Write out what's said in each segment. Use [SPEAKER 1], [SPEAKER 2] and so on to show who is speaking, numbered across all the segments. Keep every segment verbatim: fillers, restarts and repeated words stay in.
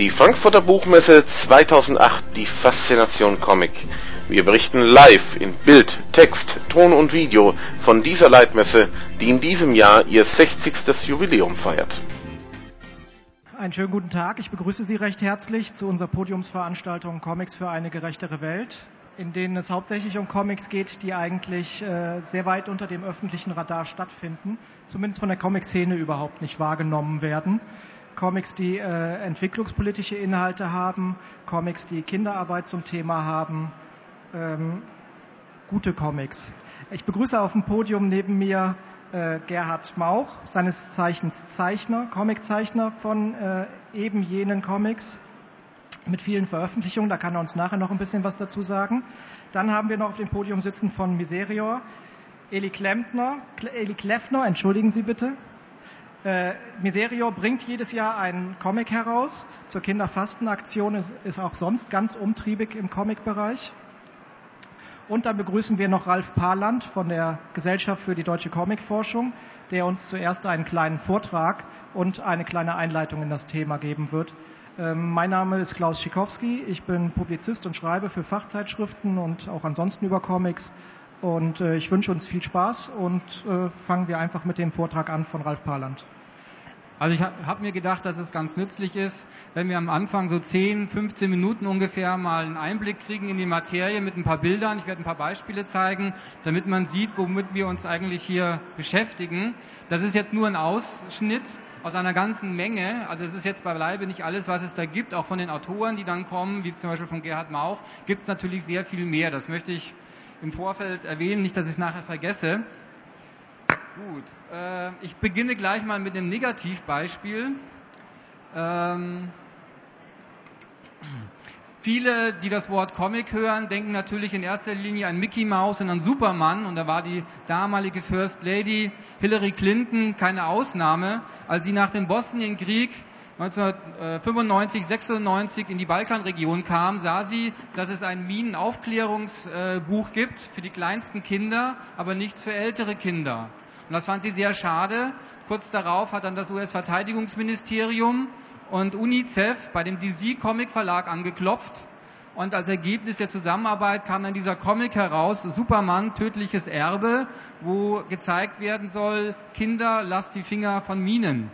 [SPEAKER 1] Die Frankfurter Buchmesse zweitausendacht, die Faszination Comic. Wir berichten live in Bild, Text, Ton und Video von dieser Leitmesse, die in diesem Jahr ihr sechzigstes Jubiläum feiert.
[SPEAKER 2] Einen schönen guten Tag. Ich begrüße Sie recht herzlich zu unserer Podiumsveranstaltung Comics für eine gerechtere Welt, in denen es hauptsächlich um Comics geht, die eigentlich äh, sehr weit unter dem öffentlichen Radar stattfinden, zumindest von der Comic-Szene überhaupt nicht wahrgenommen werden. Comics, die äh, entwicklungspolitische Inhalte haben, Comics, die Kinderarbeit zum Thema haben, ähm, gute Comics. Ich begrüße auf dem Podium neben mir äh, Gerhard Mauch, seines Zeichens Zeichner, Comiczeichner von äh, eben jenen Comics mit vielen Veröffentlichungen, da kann er uns nachher noch ein bisschen was dazu sagen. Dann haben wir noch auf dem Podium sitzen von Miserior Eli Klempner, Eli Kleffner, entschuldigen Sie bitte. Äh, Miserior bringt jedes Jahr einen Comic heraus. Zur Kinderfastenaktion ist, ist auch sonst ganz umtriebig im Comicbereich. Und dann begrüßen wir noch Ralf Paland von der Gesellschaft für die Deutsche Comicforschung, der uns zuerst einen kleinen Vortrag und eine kleine Einleitung in das Thema geben wird. Ähm, mein Name ist Klaus Schikowski, ich bin Publizist und schreibe für Fachzeitschriften und auch ansonsten über Comics. Und äh, ich wünsche uns viel Spaß und äh, fangen wir einfach mit dem Vortrag an von Ralf Paland.
[SPEAKER 3] Also ich habe mir gedacht, dass es ganz nützlich ist, wenn wir am Anfang so zehn, fünfzehn Minuten ungefähr mal einen Einblick kriegen in die Materie mit ein paar Bildern. Ich werde ein paar Beispiele zeigen, damit man sieht, womit wir uns eigentlich hier beschäftigen. Das ist jetzt nur ein Ausschnitt aus einer ganzen Menge. Also es ist jetzt beileibe nicht alles, was es da gibt. Auch von den Autoren, die dann kommen, wie zum Beispiel von Gerhard Mauch, gibt es natürlich sehr viel mehr. Das möchte ich im Vorfeld erwähnen, nicht, dass ich es nachher vergesse. Gut, äh, ich beginne gleich mal mit einem Negativbeispiel. Ähm, viele, die das Wort Comic hören, denken natürlich in erster Linie an Mickey Mouse und an Superman. Und da war die damalige First Lady Hillary Clinton keine Ausnahme. Als sie nach dem Bosnienkrieg neunzehnhundertfünfundneunzig, sechsundneunzig in die Balkanregion kam, sah sie, dass es ein Minenaufklärungsbuch gibt für die kleinsten Kinder, aber nichts für ältere Kinder. Und das fand sie sehr schade. Kurz darauf hat dann das U S-Verteidigungsministerium und UNICEF bei dem D C Comic Verlag angeklopft. Und als Ergebnis der Zusammenarbeit kam dann dieser Comic heraus, Superman, tödliches Erbe, wo gezeigt werden soll, Kinder, lasst die Finger von Minen.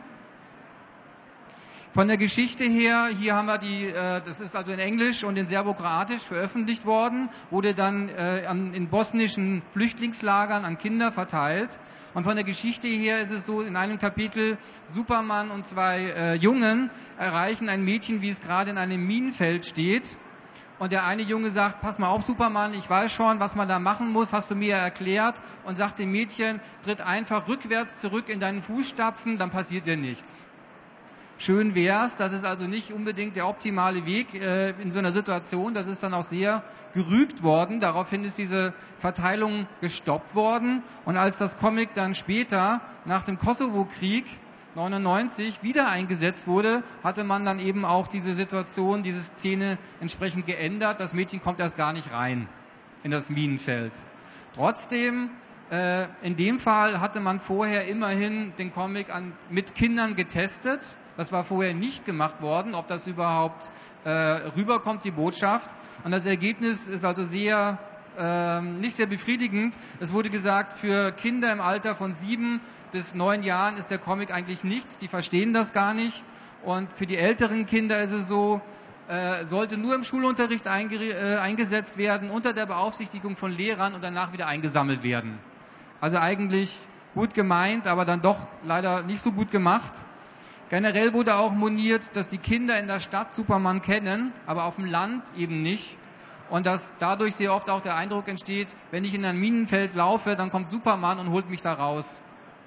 [SPEAKER 3] Von der Geschichte her, hier haben wir die, äh, das ist also in Englisch und in Serbokroatisch veröffentlicht worden, wurde dann äh, an, in bosnischen Flüchtlingslagern an Kinder verteilt. Und von der Geschichte her ist es so, in einem Kapitel, Superman und zwei äh, Jungen erreichen ein Mädchen, wie es gerade in einem Minenfeld steht. Und der eine Junge sagt, pass mal auf Superman, ich weiß schon, was man da machen muss, hast du mir erklärt. Und sagt dem Mädchen, tritt einfach rückwärts zurück in deinen Fußstapfen, dann passiert dir nichts. Schön wär's, das ist also nicht unbedingt der optimale Weg äh, in so einer Situation. Das ist dann auch sehr gerügt worden. Daraufhin ist diese Verteilung gestoppt worden. Und als das Comic dann später nach dem Kosovo-Krieg neunundneunzig wieder eingesetzt wurde, hatte man dann eben auch diese Situation, diese Szene entsprechend geändert. Das Mädchen kommt erst gar nicht rein in das Minenfeld. Trotzdem, äh, in dem Fall hatte man vorher immerhin den Comic an, mit Kindern getestet. Das war vorher nicht gemacht worden, ob das überhaupt äh, rüberkommt, die Botschaft. Und das Ergebnis ist also sehr, äh, nicht sehr befriedigend. Es wurde gesagt, für Kinder im Alter von sieben bis neun Jahren ist der Comic eigentlich nichts. Die verstehen das gar nicht. Und für die älteren Kinder ist es so, äh, sollte nur im Schulunterricht einge äh, eingesetzt werden, unter der Beaufsichtigung von Lehrern und danach wieder eingesammelt werden. Also eigentlich gut gemeint, aber dann doch leider nicht so gut gemacht. Generell wurde auch moniert, dass die Kinder in der Stadt Superman kennen, aber auf dem Land eben nicht. Und dass dadurch sehr oft auch der Eindruck entsteht, wenn ich in ein Minenfeld laufe, dann kommt Superman und holt mich da raus.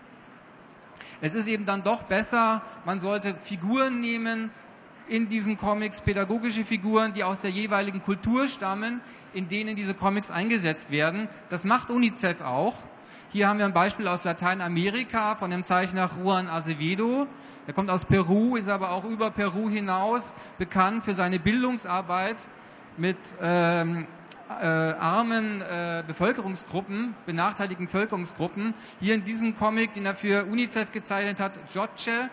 [SPEAKER 3] Es ist eben dann doch besser, man sollte Figuren nehmen in diesen Comics, pädagogische Figuren, die aus der jeweiligen Kultur stammen, in denen diese Comics eingesetzt werden. Das macht UNICEF auch. Hier haben wir ein Beispiel aus Lateinamerika von dem Zeichner Juan Azevedo. Der kommt aus Peru, ist aber auch über Peru hinaus bekannt für seine Bildungsarbeit mit ähm, äh, armen äh, Bevölkerungsgruppen, benachteiligten Bevölkerungsgruppen. Hier in diesem Comic, den er für UNICEF gezeichnet hat, Joce,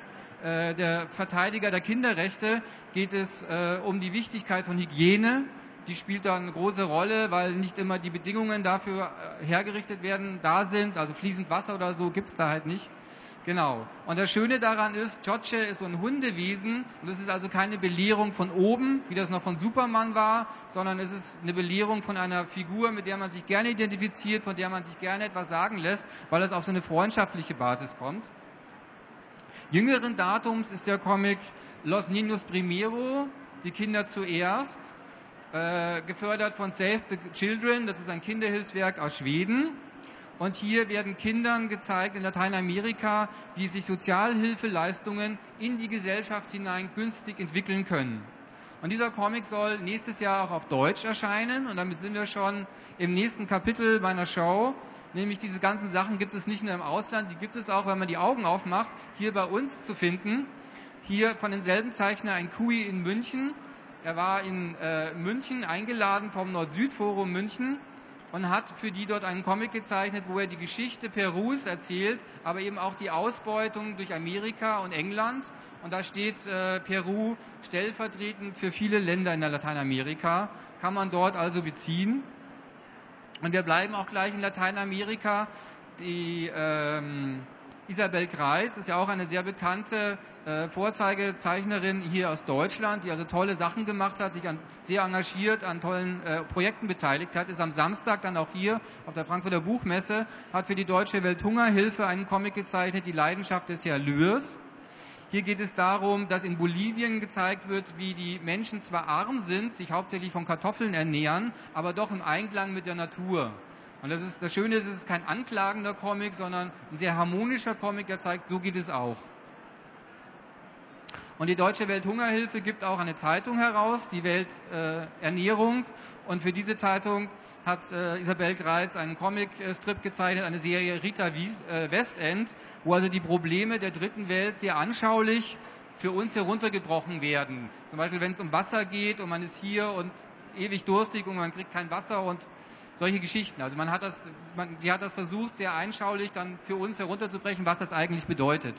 [SPEAKER 3] äh, der Verteidiger der Kinderrechte geht es äh, um die Wichtigkeit von Hygiene. Die spielt da eine große Rolle, weil nicht immer die Bedingungen dafür äh, hergerichtet werden, da sind. Also fließend Wasser oder so gibt's da halt nicht. Genau. Und das Schöne daran ist, Choche ist so ein Hundewesen und es ist also keine Belehrung von oben, wie das noch von Superman war, sondern es ist eine Belehrung von einer Figur, mit der man sich gerne identifiziert, von der man sich gerne etwas sagen lässt, weil es auf so eine freundschaftliche Basis kommt. Jüngeren Datums ist der Comic Los Niños Primero, die Kinder zuerst, äh, gefördert von Save the Children, das ist ein Kinderhilfswerk aus Schweden. Und hier werden Kindern gezeigt in Lateinamerika, wie sich Sozialhilfeleistungen in die Gesellschaft hinein günstig entwickeln können. Und dieser Comic soll nächstes Jahr auch auf Deutsch erscheinen. Und damit sind wir schon im nächsten Kapitel meiner Show. Nämlich diese ganzen Sachen gibt es nicht nur im Ausland, die gibt es auch, wenn man die Augen aufmacht, hier bei uns zu finden. Hier von demselben Zeichner ein Kui in München. Er war in äh, München eingeladen vom Nord-Süd-Forum München und hat für die dort einen Comic gezeichnet, wo er die Geschichte Perus erzählt, aber eben auch die Ausbeutung durch Amerika und England. Und da steht äh, Peru stellvertretend für viele Länder in der Lateinamerika, kann man dort also beziehen. Und wir bleiben auch gleich in Lateinamerika. Die ähm, Isabel Kreitz ist ja auch eine sehr bekannte äh, Vorzeigezeichnerin hier aus Deutschland, die also tolle Sachen gemacht hat, sich an, sehr engagiert an tollen äh, Projekten beteiligt hat, ist am Samstag dann auch hier auf der Frankfurter Buchmesse, hat für die Deutsche Welthungerhilfe einen Comic gezeichnet, die Leidenschaft des Erlösers. Hier geht es darum, dass in Bolivien gezeigt wird, wie die Menschen zwar arm sind, sich hauptsächlich von Kartoffeln ernähren, aber doch im Einklang mit der Natur. Und das ist, das Schöne ist, es ist kein anklagender Comic, sondern ein sehr harmonischer Comic, der zeigt, so geht es auch. Und die Deutsche Welthungerhilfe gibt auch eine Zeitung heraus, die Welternährung. Äh, und für diese Zeitung hat äh, Isabel Kreitz einen Comic-Strip gezeichnet, eine Serie Rita Wies, äh, Westend, wo also die Probleme der dritten Welt sehr anschaulich für uns heruntergebrochen werden. Zum Beispiel, wenn es um Wasser geht und man ist hier und ewig durstig und man kriegt kein Wasser und solche Geschichten. Also man hat das, man, sie hat das versucht, sehr anschaulich dann für uns herunterzubrechen, was das eigentlich bedeutet.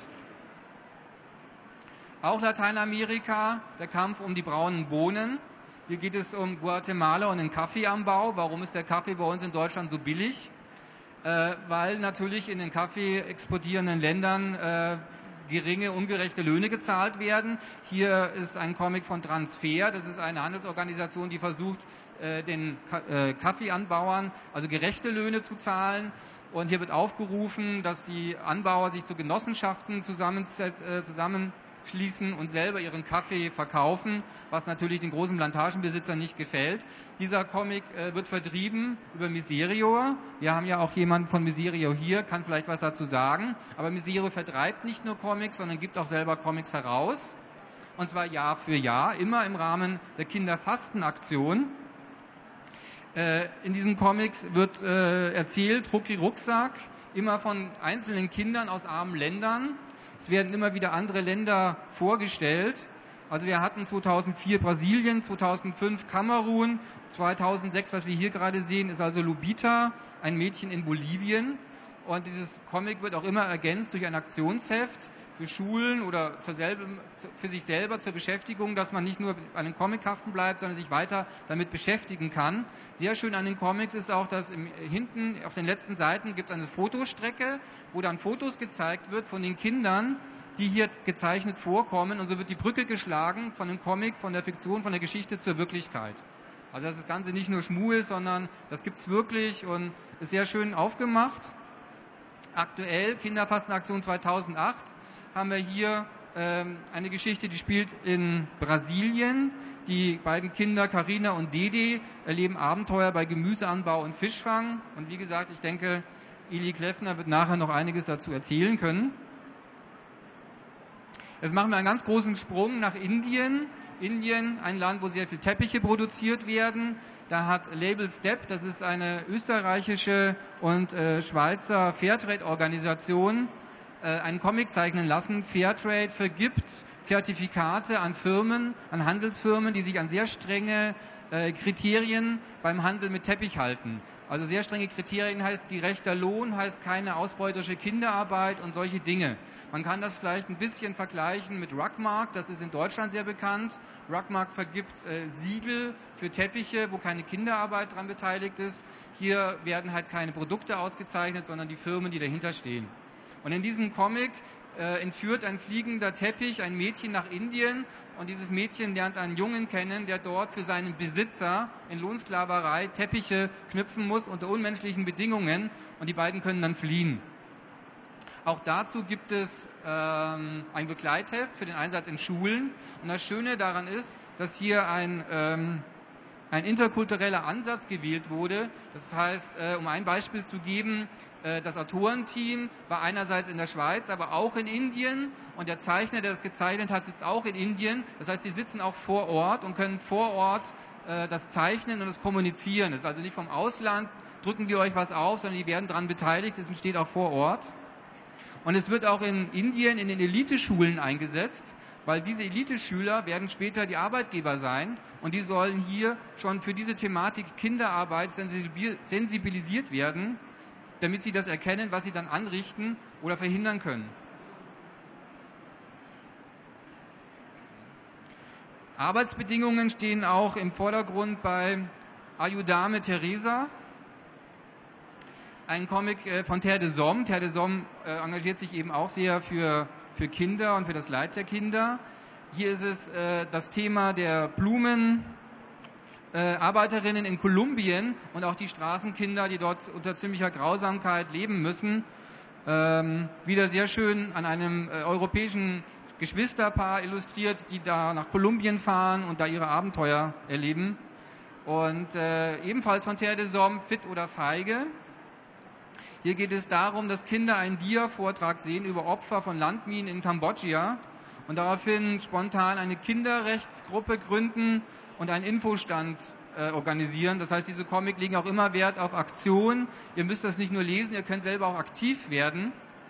[SPEAKER 3] Auch Lateinamerika, der Kampf um die braunen Bohnen. Hier geht es um Guatemala und den Kaffeeanbau. Warum ist der Kaffee bei uns in Deutschland so billig? Äh, weil natürlich in den Kaffee exportierenden Ländern äh, geringe, ungerechte Löhne gezahlt werden. Hier ist ein Comic von Transfer. Das ist eine Handelsorganisation, die versucht, äh, den Ka- äh, Kaffeeanbauern also gerechte Löhne zu zahlen. Und hier wird aufgerufen, dass die Anbauer sich zu Genossenschaften zusammen, äh, zusammen schließen und selber ihren Kaffee verkaufen, was natürlich den großen Plantagenbesitzern nicht gefällt. Dieser Comic äh, wird vertrieben über Miserior. Wir haben ja auch jemanden von Miserior hier, kann vielleicht was dazu sagen. Aber Miserior vertreibt nicht nur Comics, sondern gibt auch selber Comics heraus. Und zwar Jahr für Jahr, immer im Rahmen der Kinderfastenaktion. Äh, in diesen Comics wird äh, erzählt, Rucki Rucksack, immer von einzelnen Kindern aus armen Ländern. Es werden immer wieder andere Länder vorgestellt. Also wir hatten zweitausendvier Brasilien, zweitausendfünf Kamerun, zweitausendsechs, was wir hier gerade sehen, ist also Lubita, ein Mädchen in Bolivien. Und dieses Comic wird auch immer ergänzt durch ein Aktionsheft für Schulen oder zur selben, für sich selber zur Beschäftigung, dass man nicht nur an den Comic haften bleibt, sondern sich weiter damit beschäftigen kann. Sehr schön an den Comics ist auch, dass im, hinten auf den letzten Seiten gibt es eine Fotostrecke, wo dann Fotos gezeigt wird von den Kindern, die hier gezeichnet vorkommen. Und so wird die Brücke geschlagen von dem Comic, von der Fiktion, von der Geschichte zur Wirklichkeit. Also dass das Ganze nicht nur Schmuh ist, sondern das gibt's wirklich und ist sehr schön aufgemacht. Aktuell, Kinderfastenaktion zweitausendacht, haben wir hier ähm, eine Geschichte, die spielt in Brasilien. Die beiden Kinder, Carina und Dede, erleben Abenteuer bei Gemüseanbau und Fischfang. Und wie gesagt, ich denke, Eli Kleffner wird nachher noch einiges dazu erzählen können. Jetzt machen wir einen ganz großen Sprung nach Indien. Indien, ein Land, wo sehr viel Teppiche produziert werden. Da hat Label Step, das ist eine österreichische und äh, Schweizer Fairtrade-Organisation, äh, einen Comic zeichnen lassen. Fairtrade vergibt Zertifikate an Firmen, an Handelsfirmen, die sich an sehr strenge äh, Kriterien beim Handel mit Teppich halten. Also sehr strenge Kriterien heißt gerechter Lohn, heißt keine ausbeuterische Kinderarbeit und solche Dinge. Man kann das vielleicht ein bisschen vergleichen mit Rugmark, das ist in Deutschland sehr bekannt. Rugmark vergibt äh, Siegel für Teppiche, wo keine Kinderarbeit dran beteiligt ist. Hier werden halt keine Produkte ausgezeichnet, sondern die Firmen, die dahinter stehen. Und in diesem Comic äh, entführt ein fliegender Teppich ein Mädchen nach Indien und dieses Mädchen lernt einen Jungen kennen, der dort für seinen Besitzer in Lohnsklaverei Teppiche knüpfen muss unter unmenschlichen Bedingungen und die beiden können dann fliehen. Auch dazu gibt es ähm, ein Begleitheft für den Einsatz in Schulen und das Schöne daran ist, dass hier ein ähm, ein interkultureller Ansatz gewählt wurde. Das heißt, äh, um ein Beispiel zu geben, äh, das Autorenteam war einerseits in der Schweiz, aber auch in Indien und der Zeichner, der das gezeichnet hat, sitzt auch in Indien. Das heißt, die sitzen auch vor Ort und können vor Ort äh, das zeichnen und das kommunizieren. Das ist also nicht vom Ausland, drücken wir euch was auf, sondern die werden daran beteiligt, das entsteht auch vor Ort. Und es wird auch in Indien in den Eliteschulen eingesetzt, weil diese Eliteschüler werden später die Arbeitgeber sein und die sollen hier schon für diese Thematik Kinderarbeit sensibilisiert werden, damit sie das erkennen, was sie dann anrichten oder verhindern können. Arbeitsbedingungen stehen auch im Vordergrund bei Ayudame Teresa. Ein Comic von Terre des Hommes. Terre des Hommes äh, engagiert sich eben auch sehr für, für Kinder und für das Leid der Kinder. Hier ist es äh, das Thema der Blumenarbeiterinnen äh, in Kolumbien und auch die Straßenkinder, die dort unter ziemlicher Grausamkeit leben müssen. Ähm, wieder sehr schön an einem äh, europäischen Geschwisterpaar illustriert, die da nach Kolumbien fahren und da ihre Abenteuer erleben. Und äh, ebenfalls von Terre des Hommes, Fit oder Feige. Hier geht es darum, dass Kinder einen Dia-Vortrag sehen über Opfer von Landminen in Kambodscha und daraufhin spontan eine Kinderrechtsgruppe gründen und einen Infostand äh, organisieren. Das heißt, diese Comics legen auch immer Wert auf Aktion. Ihr müsst das nicht nur lesen, ihr könnt selber auch aktiv werden.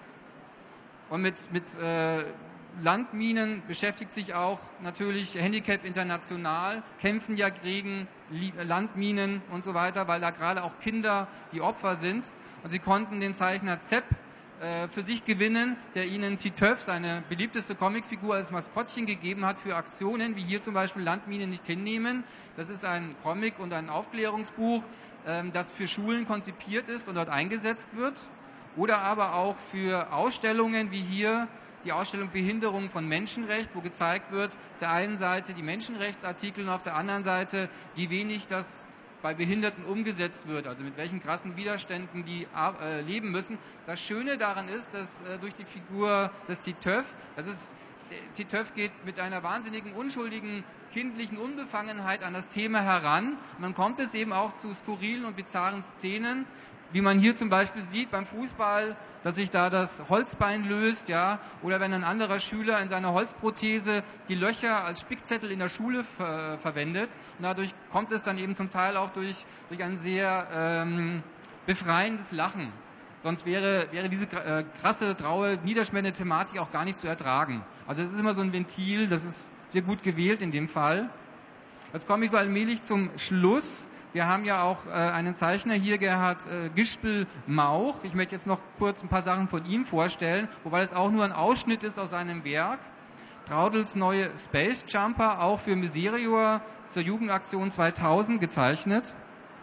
[SPEAKER 3] Und mit, mit äh, Landminen beschäftigt sich auch natürlich Handicap International, kämpfen ja gegen Landminen und so weiter, weil da gerade auch Kinder die Opfer sind. Und sie konnten den Zeichner Zepp äh, für sich gewinnen, der ihnen Titeuf, seine beliebteste Comicfigur, als Maskottchen gegeben hat für Aktionen, wie hier zum Beispiel Landminen nicht hinnehmen. Das ist ein Comic und ein Aufklärungsbuch, äh, das für Schulen konzipiert ist und dort eingesetzt wird. Oder aber auch für Ausstellungen wie hier die Ausstellung Behinderung von Menschenrecht, wo gezeigt wird, auf der einen Seite die Menschenrechtsartikel und auf der anderen Seite, wie wenig das bei Behinderten umgesetzt wird, also mit welchen krassen Widerständen die äh, leben müssen. Das Schöne daran ist, dass äh, durch die Figur des Titeuf, das ist, Titeuf geht mit einer wahnsinnigen, unschuldigen, kindlichen Unbefangenheit an das Thema heran. Und dann kommt es eben auch zu skurrilen und bizarren Szenen, wie man hier zum Beispiel sieht beim Fußball, dass sich da das Holzbein löst, ja, oder wenn ein anderer Schüler in seiner Holzprothese die Löcher als Spickzettel in der Schule ver verwendet. Und dadurch kommt es dann eben zum Teil auch durch, durch ein sehr ähm, befreiendes Lachen. Sonst wäre, wäre diese äh, krasse, traue, niederschmeternde Thematik auch gar nicht zu ertragen. Also es ist immer so ein Ventil, das ist sehr gut gewählt in dem Fall. Jetzt komme ich so allmählich zum Schluss. Wir haben ja auch äh, einen Zeichner hier, Gerhard äh, Gispel-Mauch. Ich möchte jetzt noch kurz ein paar Sachen von ihm vorstellen, wobei das auch nur ein Ausschnitt ist aus seinem Werk. Traudels neue Space Jumper, auch für Miserior zur Jugendaktion zweitausend gezeichnet.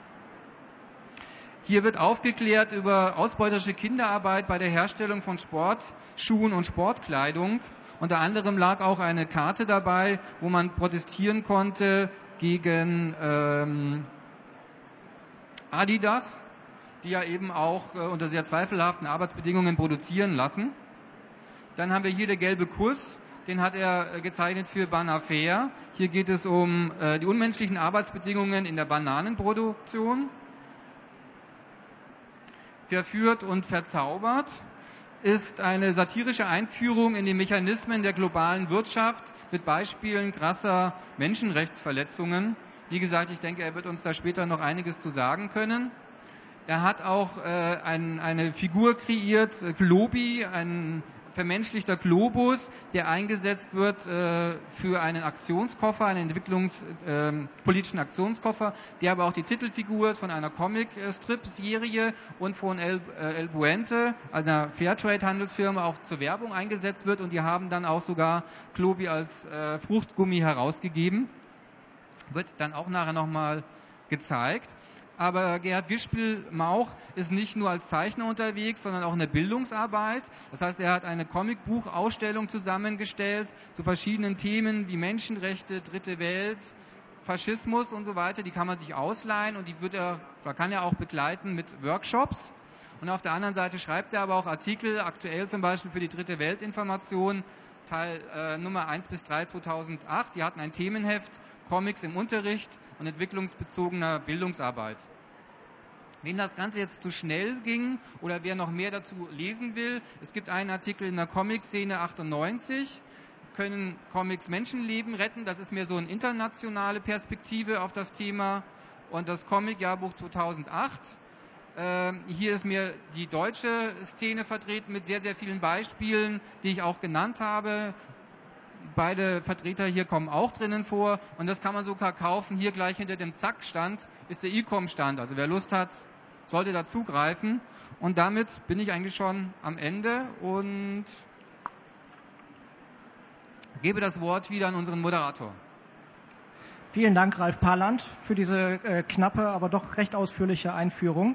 [SPEAKER 3] Hier wird aufgeklärt über ausbeuterische Kinderarbeit bei der Herstellung von Sportschuhen und Sportkleidung. Unter anderem lag auch eine Karte dabei, wo man protestieren konnte gegen ähm, Adidas, die ja eben auch äh, unter sehr zweifelhaften Arbeitsbedingungen produzieren lassen. Dann haben wir hier der gelbe Kuss, den hat er äh, gezeichnet für Banafair. Hier geht es um äh, die unmenschlichen Arbeitsbedingungen in der Bananenproduktion. Verführt und verzaubert ist eine satirische Einführung in die Mechanismen der globalen Wirtschaft mit Beispielen krasser Menschenrechtsverletzungen. Wie gesagt, ich denke, er wird uns da später noch einiges zu sagen können. Er hat auch äh, ein, eine Figur kreiert, Globi, ein vermenschlichter Globus, der eingesetzt wird äh, für einen Aktionskoffer, einen entwicklungspolitischen äh, Aktionskoffer, der aber auch die Titelfigur ist von einer Comic-Strip-Serie und von El, äh, El Buente, einer Fairtrade-Handelsfirma, auch zur Werbung eingesetzt wird, und die haben dann auch sogar Klobi als äh, Fruchtgummi herausgegeben. Wird dann auch nachher nochmal gezeigt. Aber Gerhard Gischpil-Mauch ist nicht nur als Zeichner unterwegs, sondern auch in der Bildungsarbeit. Das heißt, er hat eine Comicbuchausstellung zusammengestellt zu verschiedenen Themen wie Menschenrechte, Dritte Welt, Faschismus und so weiter. Die kann man sich ausleihen und die wird er, da kann er auch begleiten mit Workshops. Und auf der anderen Seite schreibt er aber auch Artikel, aktuell zum Beispiel für die Dritte Welt-Information, Teil äh, Nummer eins bis drei zweitausendacht. Die hatten ein Themenheft, Comics im Unterricht und entwicklungsbezogener Bildungsarbeit. Wenn das Ganze jetzt zu schnell ging oder wer noch mehr dazu lesen will, es gibt einen Artikel in der Comic-Szene achtundneunzig, können Comics Menschenleben retten? Das ist mehr so eine internationale Perspektive auf das Thema. Und das Comic-Jahrbuch zweitausendacht, äh, hier ist mir die deutsche Szene vertreten mit sehr, sehr vielen Beispielen, die ich auch genannt habe. Beide Vertreter hier kommen auch drinnen vor und das kann man sogar kaufen. Hier gleich hinter dem Zack-Stand ist der I-Com-Stand. Also wer Lust hat, sollte da zugreifen. Und damit bin ich eigentlich schon am Ende und gebe das Wort wieder an unseren Moderator.
[SPEAKER 2] Vielen Dank, Ralf Paland, für diese äh, knappe, aber doch recht ausführliche Einführung.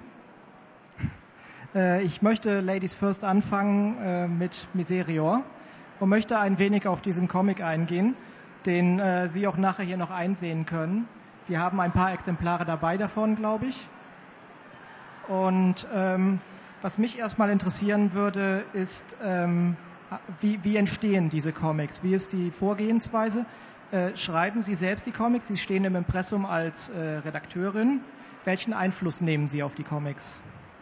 [SPEAKER 2] Äh, ich möchte Ladies First anfangen äh, mit Miserior und möchte ein wenig auf diesen Comic eingehen, den äh, Sie auch nachher hier noch einsehen können. Wir haben ein paar Exemplare dabei davon, glaube ich. Und ähm, was mich erstmal interessieren würde, ist, ähm, wie, wie entstehen diese Comics? Wie ist die Vorgehensweise? Äh, schreiben Sie selbst die Comics? Sie stehen im Impressum als äh, Redakteurin. Welchen Einfluss nehmen Sie auf die Comics?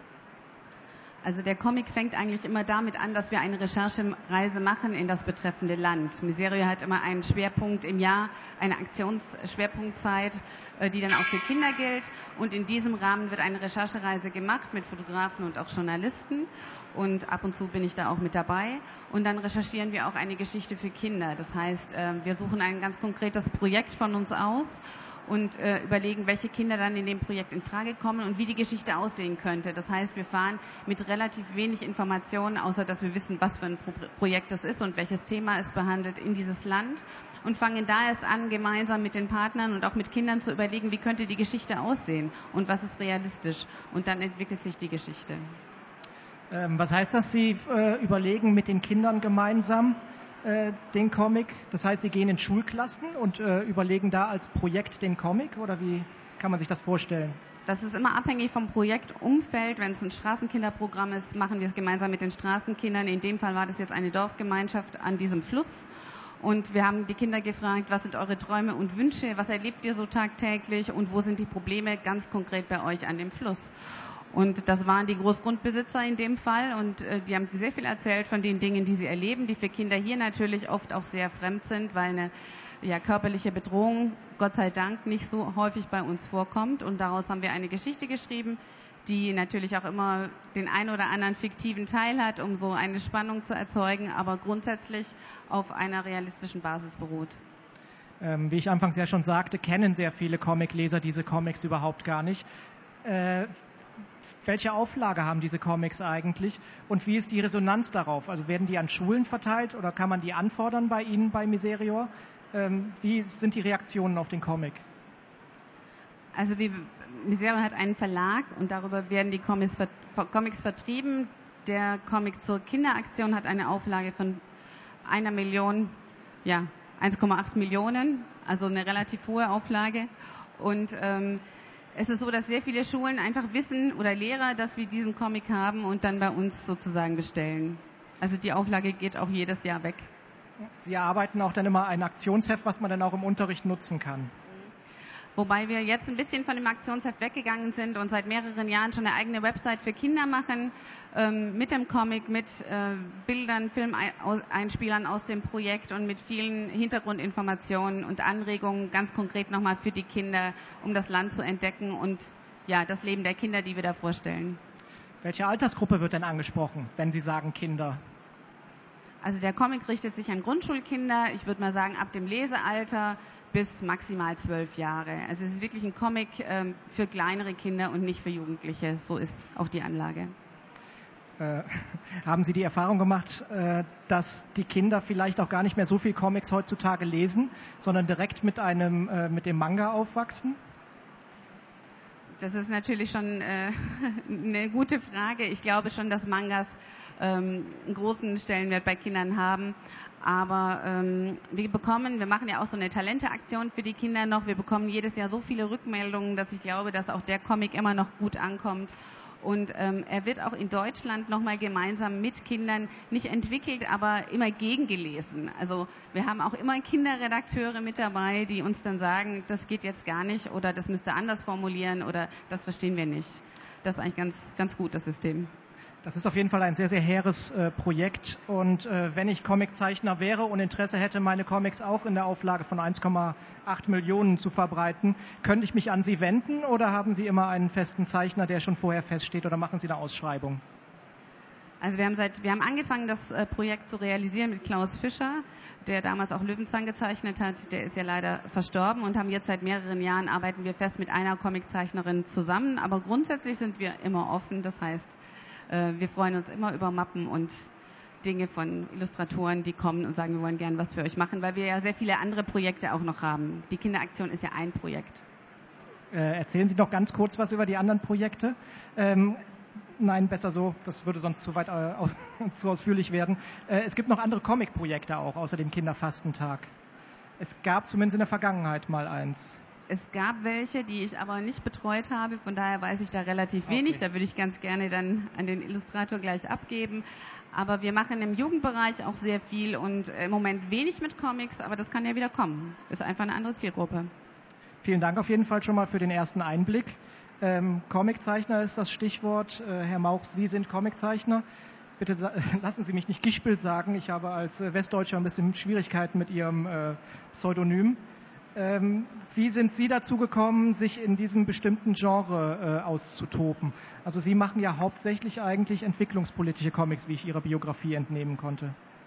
[SPEAKER 4] Also der Comic fängt eigentlich immer damit an, dass wir eine Recherchereise machen in das betreffende Land. Miserio hat immer einen Schwerpunkt im Jahr, eine Aktionsschwerpunktzeit, die dann auch für Kinder gilt. Und in diesem Rahmen wird eine Recherchereise gemacht mit Fotografen und auch Journalisten. Und ab und zu bin ich da auch mit dabei. Und dann recherchieren wir auch eine Geschichte für Kinder. Das heißt, wir suchen ein ganz konkretes Projekt von uns aus und äh, überlegen, welche Kinder dann in dem Projekt in Frage kommen und wie die Geschichte aussehen könnte. Das heißt, wir fahren mit relativ wenig Informationen, außer dass wir wissen, was für ein Pro- Projekt das ist und welches Thema es behandelt, in dieses Land und fangen da erst an, gemeinsam mit den Partnern und auch mit Kindern zu überlegen, wie könnte die Geschichte aussehen und was ist realistisch. Und dann entwickelt sich die Geschichte.
[SPEAKER 2] Ähm, was heißt das? Sie äh, überlegen mit den Kindern gemeinsam den Comic? Das heißt, Sie gehen in Schulklassen und äh, überlegen da als Projekt den Comic oder wie kann man sich das vorstellen?
[SPEAKER 4] Das ist immer abhängig vom Projektumfeld. Wenn es ein Straßenkinderprogramm ist, machen wir es gemeinsam mit den Straßenkindern. In dem Fall war das jetzt eine Dorfgemeinschaft an diesem Fluss. Und wir haben die Kinder gefragt, was sind eure Träume und Wünsche? Was erlebt ihr so tagtäglich? Und wo sind die Probleme ganz konkret bei euch an dem Fluss? Und das waren die Großgrundbesitzer in dem Fall und äh, die haben sehr viel erzählt von den Dingen, die sie erleben, die für Kinder hier natürlich oft auch sehr fremd sind, weil eine ja, körperliche Bedrohung, Gott sei Dank, nicht so häufig bei uns vorkommt. Und daraus haben wir eine Geschichte geschrieben, die natürlich auch immer den einen oder anderen fiktiven Teil hat, um so eine Spannung zu erzeugen, aber grundsätzlich auf einer realistischen Basis beruht.
[SPEAKER 2] Ähm, wie ich anfangs ja schon sagte, kennen sehr viele Comicleser diese Comics überhaupt gar nicht. Äh, Welche Auflage haben diese Comics eigentlich und wie ist die Resonanz darauf? Also werden die an Schulen verteilt oder kann man die anfordern bei Ihnen bei Miserior? Ähm, wie sind die Reaktionen auf den Comic?
[SPEAKER 4] Also wie, Miserior hat einen Verlag und darüber werden die Comics, Comics vertrieben. Der Comic zur Kinderaktion hat eine Auflage von einer Million, ja, eins Komma acht Millionen, also eine relativ hohe Auflage. Und ähm, es ist so, dass sehr viele Schulen einfach wissen oder Lehrer, dass wir diesen Comic haben und dann bei uns sozusagen bestellen. Also die Auflage geht auch jedes Jahr weg.
[SPEAKER 2] Sie erarbeiten auch dann immer ein Aktionsheft, was man dann auch im Unterricht nutzen kann.
[SPEAKER 4] Wobei wir jetzt ein bisschen von dem Aktionsheft weggegangen sind und seit mehreren Jahren schon eine eigene Website für Kinder machen, ähm, mit dem Comic, mit äh, Bildern, Filmeinspielern aus dem Projekt und mit vielen Hintergrundinformationen und Anregungen ganz konkret nochmal für die Kinder, um das Land zu entdecken und ja, das Leben der Kinder, die wir da vorstellen.
[SPEAKER 2] Welche Altersgruppe wird denn angesprochen, wenn Sie sagen Kinder?
[SPEAKER 4] Also der Comic richtet sich an Grundschulkinder, ich würde mal sagen ab dem Lesealter bis maximal zwölf Jahre. Also es ist wirklich ein Comic ähm, für kleinere Kinder und nicht für Jugendliche. So ist auch die Anlage.
[SPEAKER 2] Äh, haben Sie die Erfahrung gemacht, äh, dass die Kinder vielleicht auch gar nicht mehr so viel Comics heutzutage lesen, sondern direkt mit einem äh, mit dem Manga aufwachsen?
[SPEAKER 4] Das ist natürlich schon äh, eine gute Frage. Ich glaube schon, dass Mangas ähm, einen großen Stellenwert bei Kindern haben. Aber ähm, wir bekommen, wir machen ja auch so eine Talente-Aktion für die Kinder noch. Wir bekommen jedes Jahr so viele Rückmeldungen, dass ich glaube, dass auch der Comic immer noch gut ankommt. Und ähm, er wird auch in Deutschland nochmal gemeinsam mit Kindern nicht entwickelt, aber immer gegengelesen. Also wir haben auch immer Kinderredakteure mit dabei, die uns dann sagen, das geht jetzt gar nicht oder das müsst ihr anders formulieren oder das verstehen wir nicht. Das ist eigentlich ganz, ganz gut, das System.
[SPEAKER 2] Das ist auf jeden Fall ein sehr, sehr hehres äh, Projekt. Und äh, wenn ich Comiczeichner wäre und Interesse hätte, meine Comics auch in der Auflage von eins Komma acht Millionen zu verbreiten, könnte ich mich an Sie wenden oder haben Sie immer einen festen Zeichner, der schon vorher feststeht, oder machen Sie eine Ausschreibung?
[SPEAKER 4] Also wir haben seit, wir haben angefangen, das äh, Projekt zu realisieren mit Klaus Fischer, der damals auch Löwenzahn gezeichnet hat. Der ist ja leider verstorben und haben jetzt seit mehreren Jahren arbeiten wir fest mit einer Comiczeichnerin zusammen. Aber grundsätzlich sind wir immer offen. Das heißt, wir freuen uns immer über Mappen und Dinge von Illustratoren, die kommen und sagen, wir wollen gern was für euch machen, weil wir ja sehr viele andere Projekte auch noch haben. Die Kinderaktion ist ja ein Projekt.
[SPEAKER 2] Äh, erzählen Sie noch ganz kurz was über die anderen Projekte. Ähm, nein, besser so, das würde sonst zu weit äh, aus, zu ausführlich werden. Äh, es gibt noch andere Comic-Projekte auch, außer dem Kinderfastentag. Es gab zumindest in der Vergangenheit mal eins.
[SPEAKER 4] Es gab welche, die ich aber nicht betreut habe, von daher weiß ich da relativ wenig. Okay. Da würde ich ganz gerne dann an den Illustrator gleich abgeben. Aber wir machen im Jugendbereich auch sehr viel und im Moment wenig mit Comics, aber das kann ja wieder kommen. Ist einfach eine andere Zielgruppe.
[SPEAKER 2] Vielen Dank auf jeden Fall schon mal für den ersten Einblick. Ähm, Comiczeichner ist das Stichwort. Äh, Herr Mauch, Sie sind Comiczeichner. Bitte lassen Sie mich nicht Gischbild sagen. Ich habe als äh, Westdeutscher ein bisschen Schwierigkeiten mit Ihrem äh, Pseudonym. Ähm, wie sind Sie dazu gekommen, sich in diesem bestimmten Genre äh, auszutoben? Also Sie machen ja hauptsächlich eigentlich entwicklungspolitische Comics, wie ich Ihrer Biografie entnehmen konnte.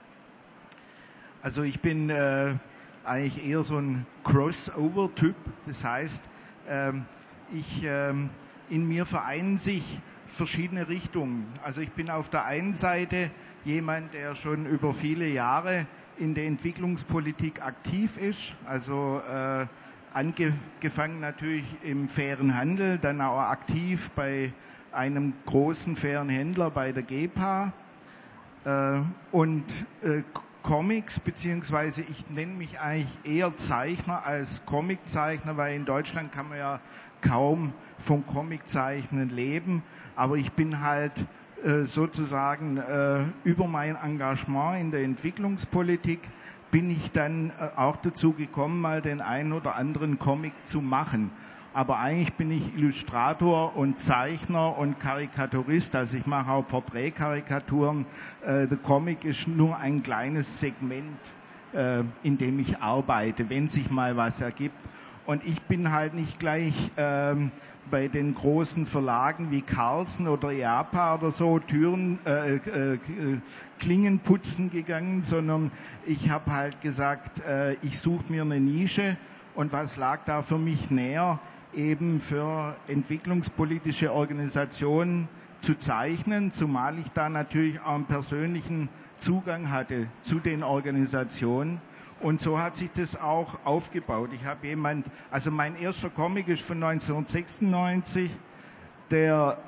[SPEAKER 5] Also ich bin äh, eigentlich eher so ein Crossover-Typ. Das heißt, ähm, ich, ähm, in mir vereinen sich verschiedene Richtungen. Also ich bin auf der einen Seite jemand, der schon über viele Jahre in der Entwicklungspolitik aktiv ist, also äh, angefangen natürlich im fairen Handel, dann auch aktiv bei einem großen fairen Händler, bei der G E P A äh, und äh, Comics, beziehungsweise ich nenne mich eigentlich eher Zeichner als Comiczeichner, weil in Deutschland kann man ja kaum vom Comiczeichnen leben, aber ich bin halt sozusagen äh, über mein Engagement in der Entwicklungspolitik bin ich dann äh, auch dazu gekommen, mal den einen oder anderen Comic zu machen. Aber eigentlich bin ich Illustrator und Zeichner und Karikaturist, also ich mache auch Porträtkarikaturen. Äh, der Comic ist nur ein kleines Segment, äh, in dem ich arbeite, wenn sich mal was ergibt. Und ich bin halt nicht gleich ähm, bei den großen Verlagen wie Carlsen oder I A P A oder so Türen, äh, äh, Klingen putzen gegangen, sondern ich habe halt gesagt, äh, ich suche mir eine Nische. Und was lag da für mich näher, eben für entwicklungspolitische Organisationen zu zeichnen, zumal ich da natürlich auch einen persönlichen Zugang hatte zu den Organisationen. Und so hat sich das auch aufgebaut. Ich habe jemand, also mein erster Comic ist von neunzehnhundertsechsundneunzig, der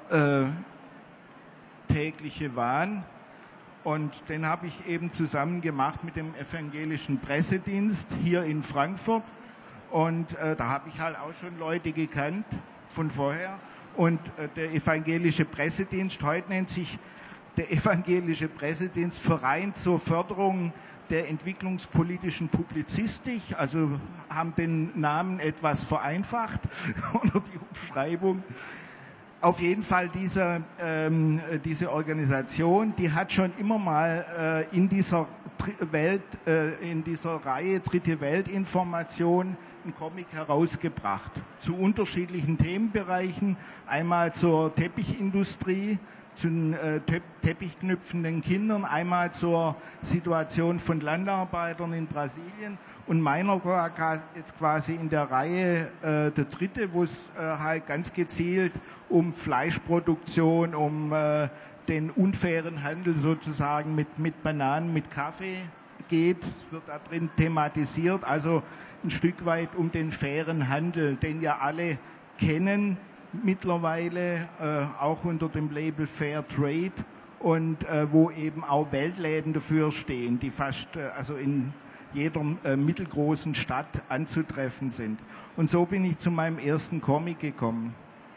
[SPEAKER 5] äh, tägliche Wahn. Und den habe ich eben zusammen gemacht mit dem Evangelischen Pressedienst hier in Frankfurt. Und äh, da habe ich halt auch schon Leute gekannt von vorher. Und äh, der Evangelische Pressedienst, heute nennt sich der Evangelische Pressedienst Verein zur Förderung der entwicklungspolitischen Publizistik, also haben den Namen etwas vereinfacht oder die Umschreibung. Auf jeden Fall diese, ähm, diese Organisation, die hat schon immer mal äh, in dieser Welt, äh, in dieser Reihe Dritte Weltinformation einen Comic herausgebracht zu unterschiedlichen Themenbereichen, einmal zur Teppichindustrie, zu den äh, teppichknüpfenden Kindern, einmal zur Situation von Landarbeitern in Brasilien und meiner war jetzt quasi in der Reihe äh, der dritte, wo es äh, halt ganz gezielt um Fleischproduktion, um äh, den unfairen Handel sozusagen mit, mit Bananen, mit Kaffee geht. Es wird da drin thematisiert, also ein Stück weit um den fairen Handel, den ja alle kennen mittlerweile, äh, auch unter dem Label Fair Trade und äh, wo eben auch Weltläden dafür stehen, die fast äh, also in jeder äh, mittelgroßen Stadt anzutreffen sind. Und so bin ich zu meinem ersten Comic gekommen.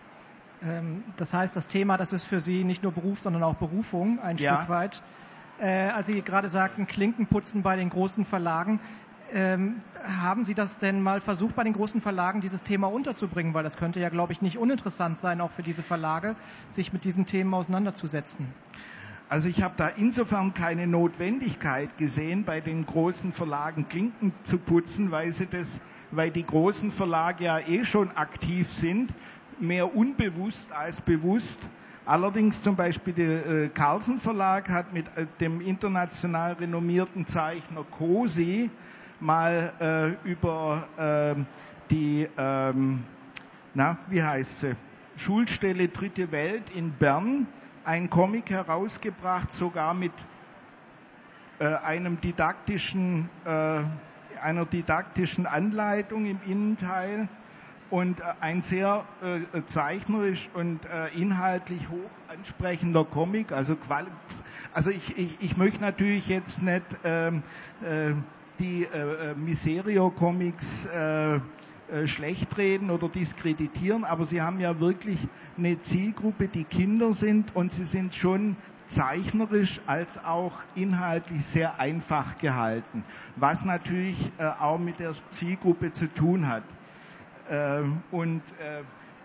[SPEAKER 2] Das heißt, das Thema, das ist für Sie nicht nur Beruf, sondern auch Berufung ein
[SPEAKER 5] ja.
[SPEAKER 2] Stück weit. Äh, als Sie gerade sagten, Klinkenputzen bei den großen Verlagen, ähm, haben Sie das denn mal versucht, bei den großen Verlagen dieses Thema unterzubringen? Weil das könnte ja, glaube ich, nicht uninteressant sein, auch für diese Verlage, sich mit diesen Themen auseinanderzusetzen.
[SPEAKER 5] Also ich habe da insofern keine Notwendigkeit gesehen, bei den großen Verlagen Klinken zu putzen, weil sie das, weil die großen Verlage ja eh schon aktiv sind, mehr unbewusst als bewusst. Allerdings zum Beispiel der äh, Carlsen Verlag hat mit äh, dem international renommierten Zeichner Cosi mal äh, über äh, die, ähm, na, wie heißt sie, Schulstelle Dritte Welt in Bern einen Comic herausgebracht, sogar mit äh, einem didaktischen, äh, einer didaktischen Anleitung im Innenteil. Und ein sehr äh, zeichnerisch und äh, inhaltlich hoch ansprechender Comic. Also, quali- also ich, ich, ich möchte natürlich jetzt nicht ähm, äh, die äh, Miserio-Comics äh, äh, schlecht reden oder diskreditieren, aber sie haben ja wirklich eine Zielgruppe, die Kinder sind und sie sind schon zeichnerisch als auch inhaltlich sehr einfach gehalten, was natürlich äh, auch mit der Zielgruppe zu tun hat. Und äh,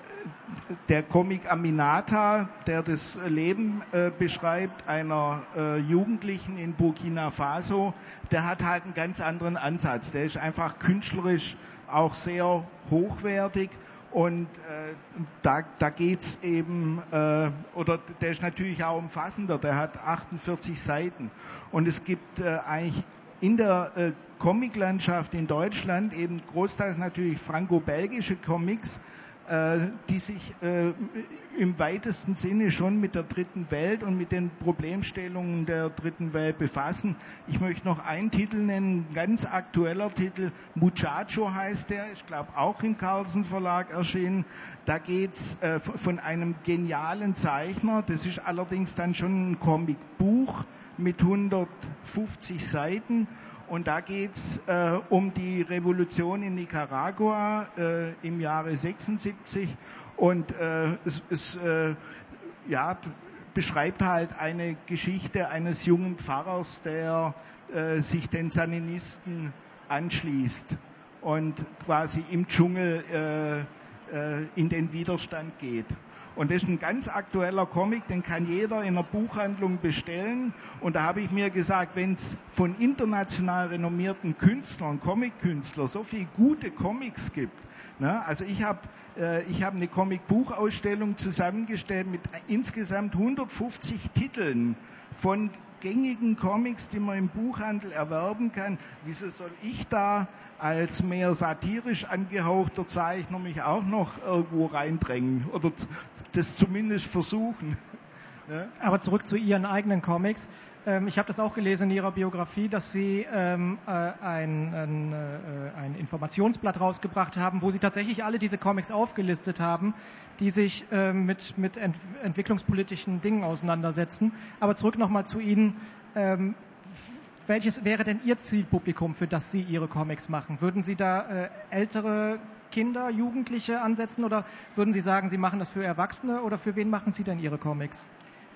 [SPEAKER 5] der Comic Aminata, der das Leben äh, beschreibt einer äh, Jugendlichen in Burkina Faso, der hat halt einen ganz anderen Ansatz. Der ist einfach künstlerisch auch sehr hochwertig und äh, da, da geht's eben, äh, oder der ist natürlich auch umfassender, der hat achtundvierzig Seiten und es gibt äh, eigentlich in der äh, Comiclandschaft in Deutschland eben großteils natürlich franco-belgische Comics, äh, die sich äh, im weitesten Sinne schon mit der dritten Welt und mit den Problemstellungen der dritten Welt befassen. Ich möchte noch einen Titel nennen, ein ganz aktueller Titel, Muchacho heißt der, ich glaube auch im Carlsen Verlag erschienen. Da geht's äh, von einem genialen Zeichner, das ist allerdings dann schon ein Comicbuch mit hundertfünfzig Seiten. Und da geht's äh, um die Revolution in Nicaragua äh, im Jahre sechsundsiebzig und äh, es, es äh, ja, beschreibt halt eine Geschichte eines jungen Pfarrers, der äh, sich den Sandinisten anschließt und quasi im Dschungel äh, äh, in den Widerstand geht. Und das ist ein ganz aktueller Comic, den kann jeder in einer Buchhandlung bestellen. Und da habe ich mir gesagt, wenn es von international renommierten Künstlern, Comic-Künstlern, so viele gute Comics gibt. Ne? Also ich habe äh, ich habe eine Comic-Buchausstellung zusammengestellt mit insgesamt hundertfünfzig Titeln von gängigen Comics, die man im Buchhandel erwerben kann. Wieso soll ich da als mehr satirisch angehauchter Zeichner mich auch noch irgendwo reindrängen oder das zumindest versuchen?
[SPEAKER 2] Ja? Aber zurück zu Ihren eigenen Comics. Ähm, ich habe das auch gelesen in Ihrer Biografie, dass Sie ähm, äh, ein, ein, äh, ein Informationsblatt rausgebracht haben, wo Sie tatsächlich alle diese Comics aufgelistet haben, die sich äh, mit, mit ent- entwicklungspolitischen Dingen auseinandersetzen. Aber zurück nochmal zu Ihnen. Ähm, welches wäre denn Ihr Zielpublikum, für das Sie Ihre Comics machen? Würden Sie da äh, ältere Kinder, Jugendliche ansetzen oder würden Sie sagen, Sie machen das für Erwachsene oder für wen machen Sie denn Ihre Comics?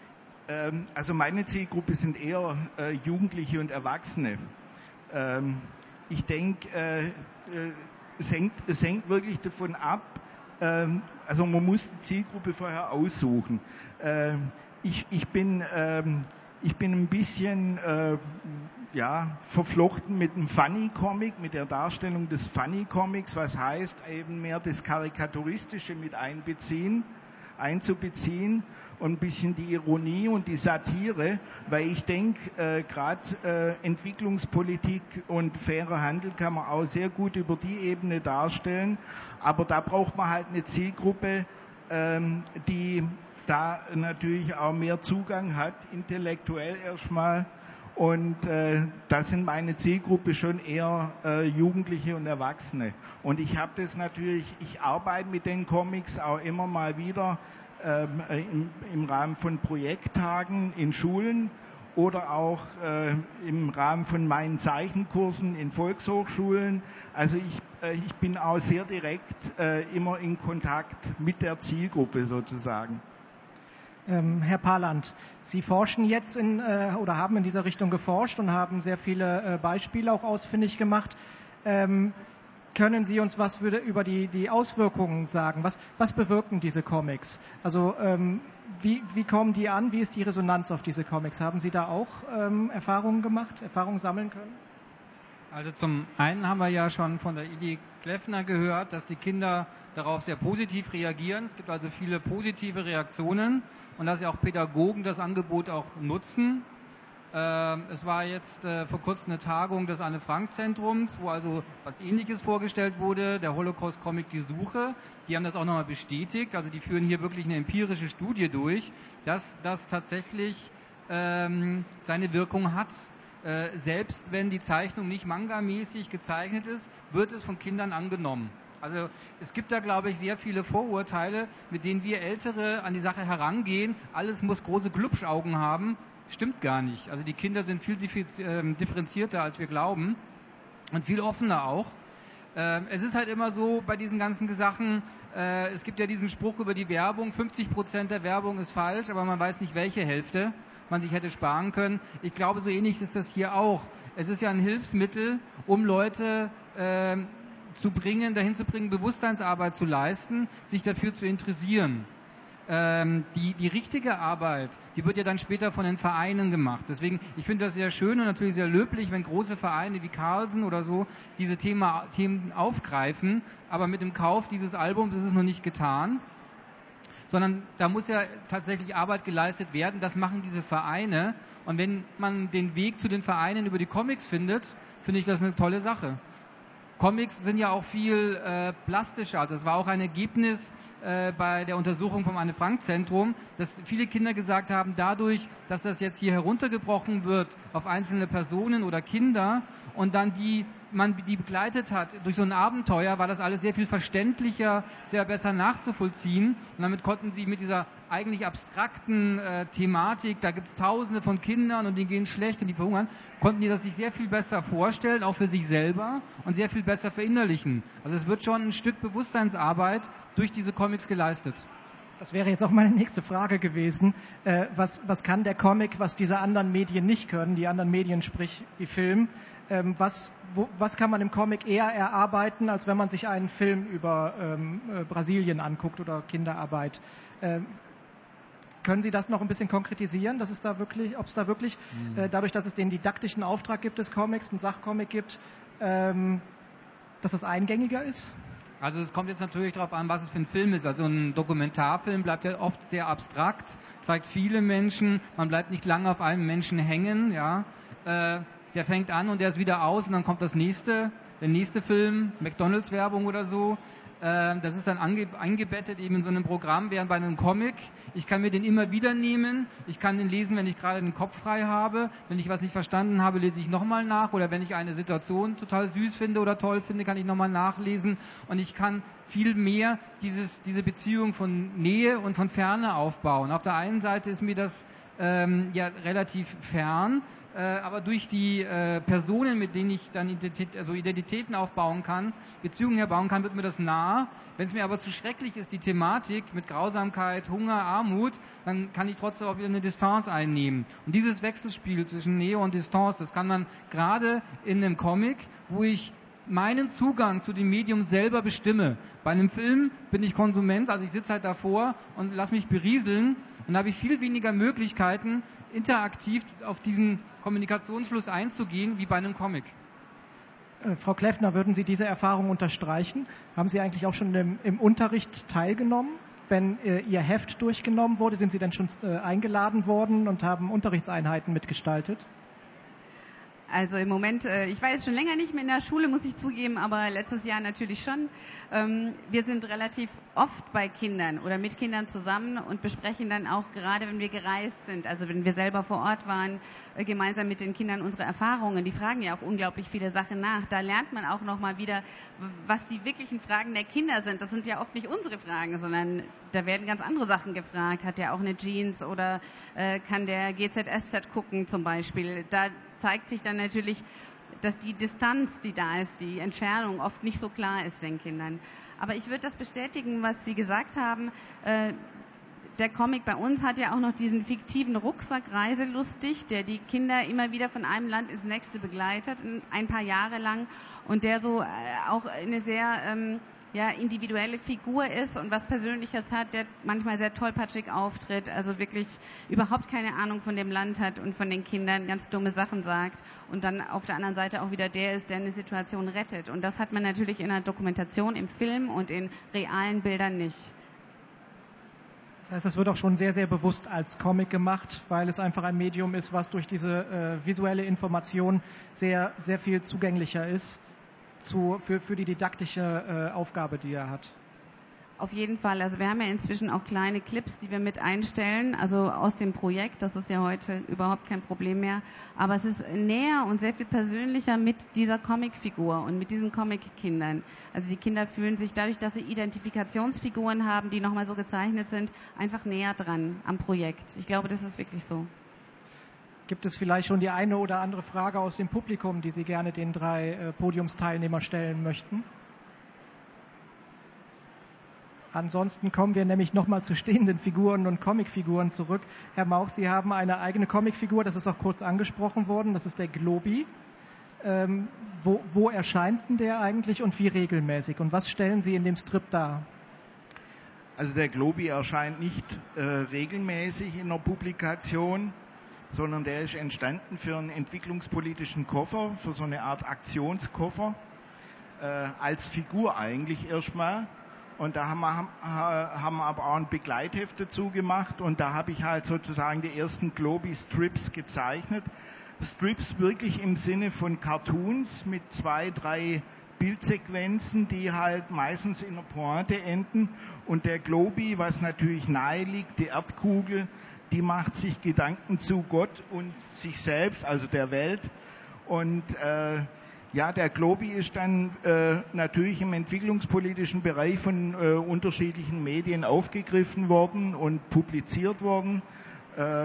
[SPEAKER 5] Also meine Zielgruppe sind eher äh, Jugendliche und Erwachsene. Ähm, ich denke, äh, äh, es, hängt, es hängt wirklich davon ab, äh, also man muss die Zielgruppe vorher aussuchen. Äh, ich, ich, bin, äh, ich bin ein bisschen äh, ja, verflochten mit dem Funny-Comic, mit der Darstellung des Funny-Comics, was heißt eben mehr das Karikaturistische mit einbeziehen, einzubeziehen. und ein bisschen die Ironie und die Satire, weil ich denke, äh, gerade äh, Entwicklungspolitik und fairer Handel kann man auch sehr gut über die Ebene darstellen, aber da braucht man halt eine Zielgruppe, ähm, die da natürlich auch mehr Zugang hat, intellektuell erstmal. Und äh, da sind meine Zielgruppe schon eher äh, Jugendliche und Erwachsene. Und ich habe das natürlich, ich arbeite mit den Comics auch immer mal wieder ähm, im, im Rahmen von Projekttagen in Schulen oder auch äh, im Rahmen von meinen Zeichenkursen in Volkshochschulen. Also ich, äh, ich bin auch sehr direkt äh, immer in Kontakt mit der Zielgruppe sozusagen.
[SPEAKER 2] Ähm, Herr Paland, Sie forschen jetzt in, äh, oder haben in dieser Richtung geforscht und haben sehr viele äh, Beispiele auch ausfindig gemacht. Ähm, können Sie uns was für, über die, die Auswirkungen sagen? Was, was bewirken diese Comics? Also ähm, wie, wie kommen die an? Wie ist die Resonanz auf diese Comics? Haben Sie da auch ähm, Erfahrungen gemacht, Erfahrungen sammeln können?
[SPEAKER 3] Also zum einen haben wir ja schon von der Idi Kleffner gehört, dass die Kinder darauf sehr positiv reagieren. Es gibt also viele positive Reaktionen und dass ja auch Pädagogen das Angebot auch nutzen. Ähm, es war jetzt äh, vor kurzem eine Tagung des Anne-Frank-Zentrums, wo also was Ähnliches vorgestellt wurde, der Holocaust-Comic Die Suche. Die haben das auch nochmal bestätigt. Also die führen hier wirklich eine empirische Studie durch, dass das tatsächlich ähm, seine Wirkung hat. Äh, selbst wenn die Zeichnung nicht mangamäßig gezeichnet ist, wird es von Kindern angenommen. Also es gibt da, glaube ich, sehr viele Vorurteile, mit denen wir Ältere an die Sache herangehen. Alles muss große Glubschaugen haben. Stimmt gar nicht. Also die Kinder sind viel differenzierter, als wir glauben und viel offener auch. Äh, es ist halt immer so bei diesen ganzen Sachen, äh, es gibt ja diesen Spruch über die Werbung, fünfzig Prozent der Werbung ist falsch, aber man weiß nicht, welche Hälfte man sich hätte sparen können. Ich glaube, so ähnlich ist das hier auch. Es ist ja ein Hilfsmittel, um Leute äh, zu bringen, dahin zu bringen, Bewusstseinsarbeit zu leisten, sich dafür zu interessieren. Ähm, die, die richtige Arbeit, die wird ja dann später von den Vereinen gemacht. Deswegen, ich finde das sehr schön und natürlich sehr löblich, wenn große Vereine wie Carlsen oder so diese Thema, Themen aufgreifen. Aber mit dem Kauf dieses Albums ist es noch nicht getan. Sondern da muss ja tatsächlich Arbeit geleistet werden. Das machen diese Vereine. Und wenn man den Weg zu den Vereinen über die Comics findet, finde ich das eine tolle Sache. Comics sind ja auch viel äh, plastischer. Das war auch ein Ergebnis äh, bei der Untersuchung vom Anne-Frank-Zentrum, dass viele Kinder gesagt haben, dadurch, dass das jetzt hier heruntergebrochen wird auf einzelne Personen oder Kinder und dann die man die begleitet hat durch so ein Abenteuer, war das alles sehr viel verständlicher, sehr besser nachzuvollziehen. Und damit konnten sie mit dieser eigentlich abstrakten äh, Thematik, da gibt es tausende von Kindern und denen gehen schlecht und die verhungern, konnten die das sich sehr viel besser vorstellen, auch für sich selber und sehr viel besser verinnerlichen. Also es wird schon ein Stück Bewusstseinsarbeit durch diese Comics geleistet.
[SPEAKER 2] Das wäre jetzt auch meine nächste Frage gewesen. Äh, was, was kann der Comic, was diese anderen Medien nicht können, die anderen Medien, sprich wie Film? Ähm, was, wo, was kann man im Comic eher erarbeiten, als wenn man sich einen Film über ähm, äh, Brasilien anguckt oder Kinderarbeit? Ähm, können Sie das noch ein bisschen konkretisieren, dass es da wirklich, ob es da wirklich, mhm. äh, dadurch, dass es den didaktischen Auftrag gibt des Comics, einen Sachcomic gibt, ähm, dass das eingängiger ist?
[SPEAKER 3] Also es kommt jetzt natürlich darauf an, was es für ein Film ist. Also ein Dokumentarfilm bleibt ja oft sehr abstrakt, zeigt viele Menschen, man bleibt nicht lange auf einem Menschen hängen, ja. Äh, der fängt an und der ist wieder aus und dann kommt das nächste, der nächste Film, McDonalds-Werbung oder so. Äh, das ist dann ange- eingebettet eben in so einem Programm, während bei einem Comic, ich kann mir den immer wieder nehmen, ich kann den lesen, wenn ich gerade den Kopf frei habe, wenn ich was nicht verstanden habe, lese ich nochmal nach oder wenn ich eine Situation total süß finde oder toll finde, kann ich nochmal nachlesen und ich kann viel mehr dieses, diese Beziehung von Nähe und von Ferne aufbauen. Auf der einen Seite ist mir das ähm, ja relativ fern, äh, aber durch die äh, Personen, mit denen ich dann Identität, also Identitäten aufbauen kann, Beziehungen herbauen kann, wird mir das nah. Wenn es mir aber zu schrecklich ist, die Thematik mit Grausamkeit, Hunger, Armut, dann kann ich trotzdem auch wieder eine Distanz einnehmen. Und dieses Wechselspiel zwischen Nähe und Distanz, das kann man gerade in einem Comic, wo ich meinen Zugang zu dem Medium selber bestimme. Bei einem Film bin ich Konsument, also ich sitze halt davor und lasse mich berieseln und da habe ich viel weniger Möglichkeiten, interaktiv auf diesen Kommunikationsfluss einzugehen, wie bei einem Comic.
[SPEAKER 2] Äh, Frau Kleffner, würden Sie diese Erfahrung unterstreichen? Haben Sie eigentlich auch schon im, im Unterricht teilgenommen? wenn äh, Ihr Heft durchgenommen wurde? Sind Sie denn schon äh, eingeladen worden und haben Unterrichtseinheiten mitgestaltet?
[SPEAKER 4] Also im Moment, äh, ich war jetzt schon länger nicht mehr in der Schule, muss ich zugeben, aber letztes Jahr natürlich schon. Ähm, wir sind relativ oft bei Kindern oder mit Kindern zusammen und besprechen dann auch, gerade wenn wir gereist sind, also wenn wir selber vor Ort waren, äh, gemeinsam mit den Kindern unsere Erfahrungen. Die fragen ja auch unglaublich viele Sachen nach. Da lernt man auch nochmal wieder, was die wirklichen Fragen der Kinder sind. Das sind ja oft nicht unsere Fragen, sondern da werden ganz andere Sachen gefragt. Hat der auch eine Jeans oder äh, kann der G Z S Z gucken zum Beispiel? Da zeigt sich dann natürlich, dass die Distanz, die da ist, die Entfernung oft nicht so klar ist den Kindern. Aber ich würde das bestätigen, was Sie gesagt haben. Äh, der Comic bei uns hat ja auch noch diesen fiktiven Rucksack Reiselustig, der die Kinder immer wieder von einem Land ins nächste begleitet, ein paar Jahre lang, und der so äh, auch eine sehr ähm, ja, individuelle Figur ist und was Persönliches hat, der manchmal sehr tollpatschig auftritt, also wirklich überhaupt keine Ahnung von dem Land hat und von den Kindern, ganz dumme Sachen sagt und dann auf der anderen Seite auch wieder der ist, der eine Situation rettet. Und das hat man natürlich in der Dokumentation, im Film und in realen Bildern nicht.
[SPEAKER 2] Das heißt, es wird auch schon sehr, sehr bewusst als Comic gemacht, weil es einfach ein Medium ist, was durch diese äh, visuelle Information sehr, sehr viel zugänglicher ist zu, für, für die didaktische äh, Aufgabe, die er hat.
[SPEAKER 4] Auf jeden Fall. Also wir haben ja inzwischen auch kleine Clips, die wir mit einstellen, also aus dem Projekt. Das ist ja heute überhaupt kein Problem mehr. Aber es ist näher und sehr viel persönlicher mit dieser Comicfigur und mit diesen Comic-Kindern. Also die Kinder fühlen sich dadurch, dass sie Identifikationsfiguren haben, die nochmal so gezeichnet sind, einfach näher dran am Projekt. Ich glaube, das ist wirklich so.
[SPEAKER 2] Gibt es vielleicht schon die eine oder andere Frage aus dem Publikum, die Sie gerne den drei äh, Podiumsteilnehmern stellen möchten? Ansonsten kommen wir nämlich nochmal zu stehenden Figuren und Comicfiguren zurück. Herr Mauch, Sie haben eine eigene Comicfigur, das ist auch kurz angesprochen worden, das ist der Globi. Ähm, wo, wo erscheint denn der eigentlich und wie regelmäßig? Und was stellen Sie in dem Strip dar?
[SPEAKER 5] Also der Globi erscheint nicht äh, regelmäßig in der Publikation, sondern der ist entstanden für einen entwicklungspolitischen Koffer, für so eine Art Aktionskoffer, äh, als Figur eigentlich erstmal. Und da haben wir, haben wir aber auch ein Begleitheft dazu gemacht und da habe ich halt sozusagen die ersten Globi-Strips gezeichnet. Strips wirklich im Sinne von Cartoons mit zwei, drei Bildsequenzen, die halt meistens in einer Pointe enden. Und der Globi, was natürlich nahe liegt, die Erdkugel, die macht sich Gedanken zu Gott und sich selbst, also der Welt. Und äh, ja, der Globi ist dann äh, natürlich im entwicklungspolitischen Bereich von äh, unterschiedlichen Medien aufgegriffen worden und publiziert worden. Äh,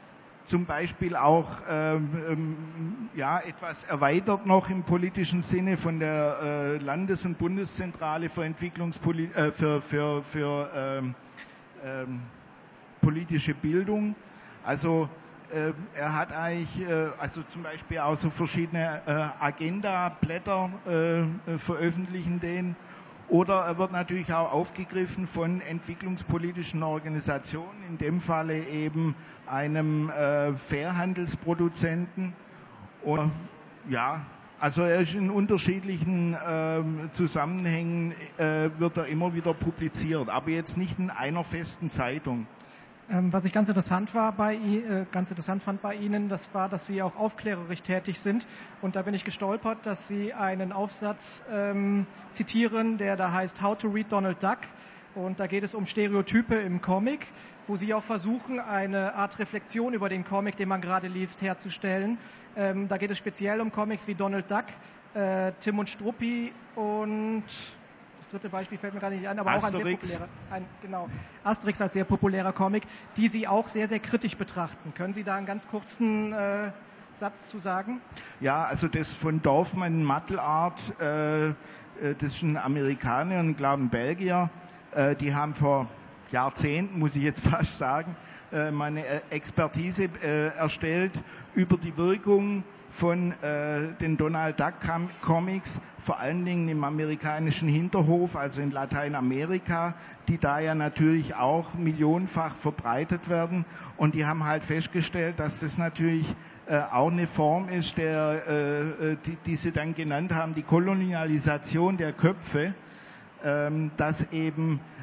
[SPEAKER 5] zum Beispiel auch ähm, ähm, ja, etwas erweitert noch im politischen Sinne von der äh, Landes- und Bundeszentrale für Entwicklungspoli- äh, für, für, für ähm, ähm, politische Bildung. Also äh, er hat eigentlich, äh, also zum Beispiel auch so verschiedene äh, Agenda-Blätter äh, veröffentlichen den. Oder er wird natürlich auch aufgegriffen von entwicklungspolitischen Organisationen, in dem Falle eben einem äh, Fairhandelsproduzenten. Und ja, also er ist in unterschiedlichen äh, Zusammenhängen, äh, wird er immer wieder publiziert, aber jetzt nicht in einer festen Zeitung.
[SPEAKER 2] Ähm, was ich ganz interessant war bei äh, ganz interessant fand bei Ihnen, das war, dass Sie auch aufklärerisch tätig sind. Und da bin ich gestolpert, dass Sie einen Aufsatz ähm, zitieren, der da heißt How to Read Donald Duck. Und da geht es um Stereotype im Comic, wo Sie auch versuchen, eine Art Reflexion über den Comic, den man gerade liest, herzustellen. Ähm, da geht es speziell um Comics wie Donald Duck, äh, Tim und Struppi und das dritte Beispiel fällt mir gar nicht ein, aber
[SPEAKER 5] Asterix.
[SPEAKER 2] auch ein sehr populärer, ein, genau, Asterix als sehr populärer Comic, die Sie auch sehr, sehr kritisch betrachten. Können Sie da einen ganz kurzen äh, Satz zu sagen?
[SPEAKER 5] Ja, also das von Dorfman Mattelart, äh, das ist ein Amerikaner und glaube ein Belgier, äh, die haben vor Jahrzehnten, muss ich jetzt fast sagen, äh, meine Expertise äh, erstellt über die Wirkung von äh, den Donald Duck Comics, vor allen Dingen im amerikanischen Hinterhof, also in Lateinamerika, die da ja natürlich auch millionenfach verbreitet werden. Und die haben halt festgestellt, dass das natürlich äh, auch eine Form ist, der, äh, die, die sie dann genannt haben, die Kolonialisation der Köpfe, ähm, dass eben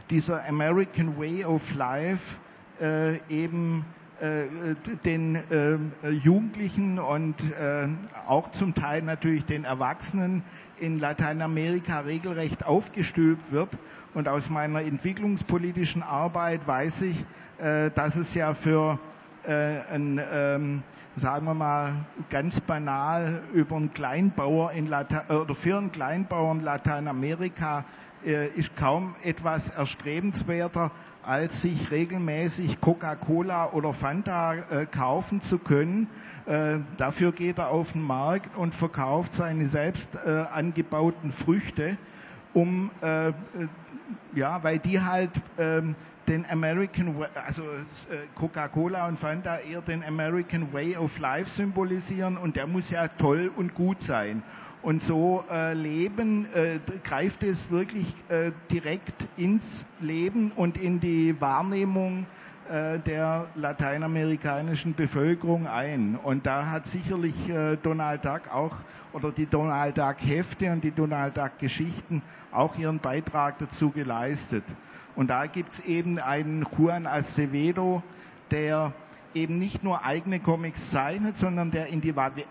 [SPEAKER 5] dieser American Way of Life äh, eben äh, den äh, Jugendlichen und äh, auch zum Teil natürlich den Erwachsenen in Lateinamerika regelrecht aufgestülpt wird. Und aus meiner entwicklungspolitischen Arbeit weiß ich, äh, dass es ja für äh, ein, ähm, sagen wir mal, ganz banal über einen Kleinbauer in Lata- oder für einen Kleinbauer in Lateinamerika äh, ist kaum etwas erstrebenswerter, als sich regelmäßig Coca-Cola oder Fanta äh, kaufen zu können. Äh, dafür geht er auf den Markt und verkauft seine selbst äh, angebauten Früchte, um äh, ja, weil die halt ähm, den American, also äh, Coca-Cola und Fanta eher den American Way of Life symbolisieren, und der muss ja toll und gut sein. Und so äh, Leben äh, greift es wirklich äh, direkt ins Leben und in die Wahrnehmung äh, der lateinamerikanischen Bevölkerung ein. Und da hat sicherlich äh, Donald Duck auch, oder die Donald Duck Hefte und die Donald Duck Geschichten auch ihren Beitrag dazu geleistet. Und da gibt's eben einen Juan Acevedo, der eben nicht nur eigene Comics zeichnet, sondern der in die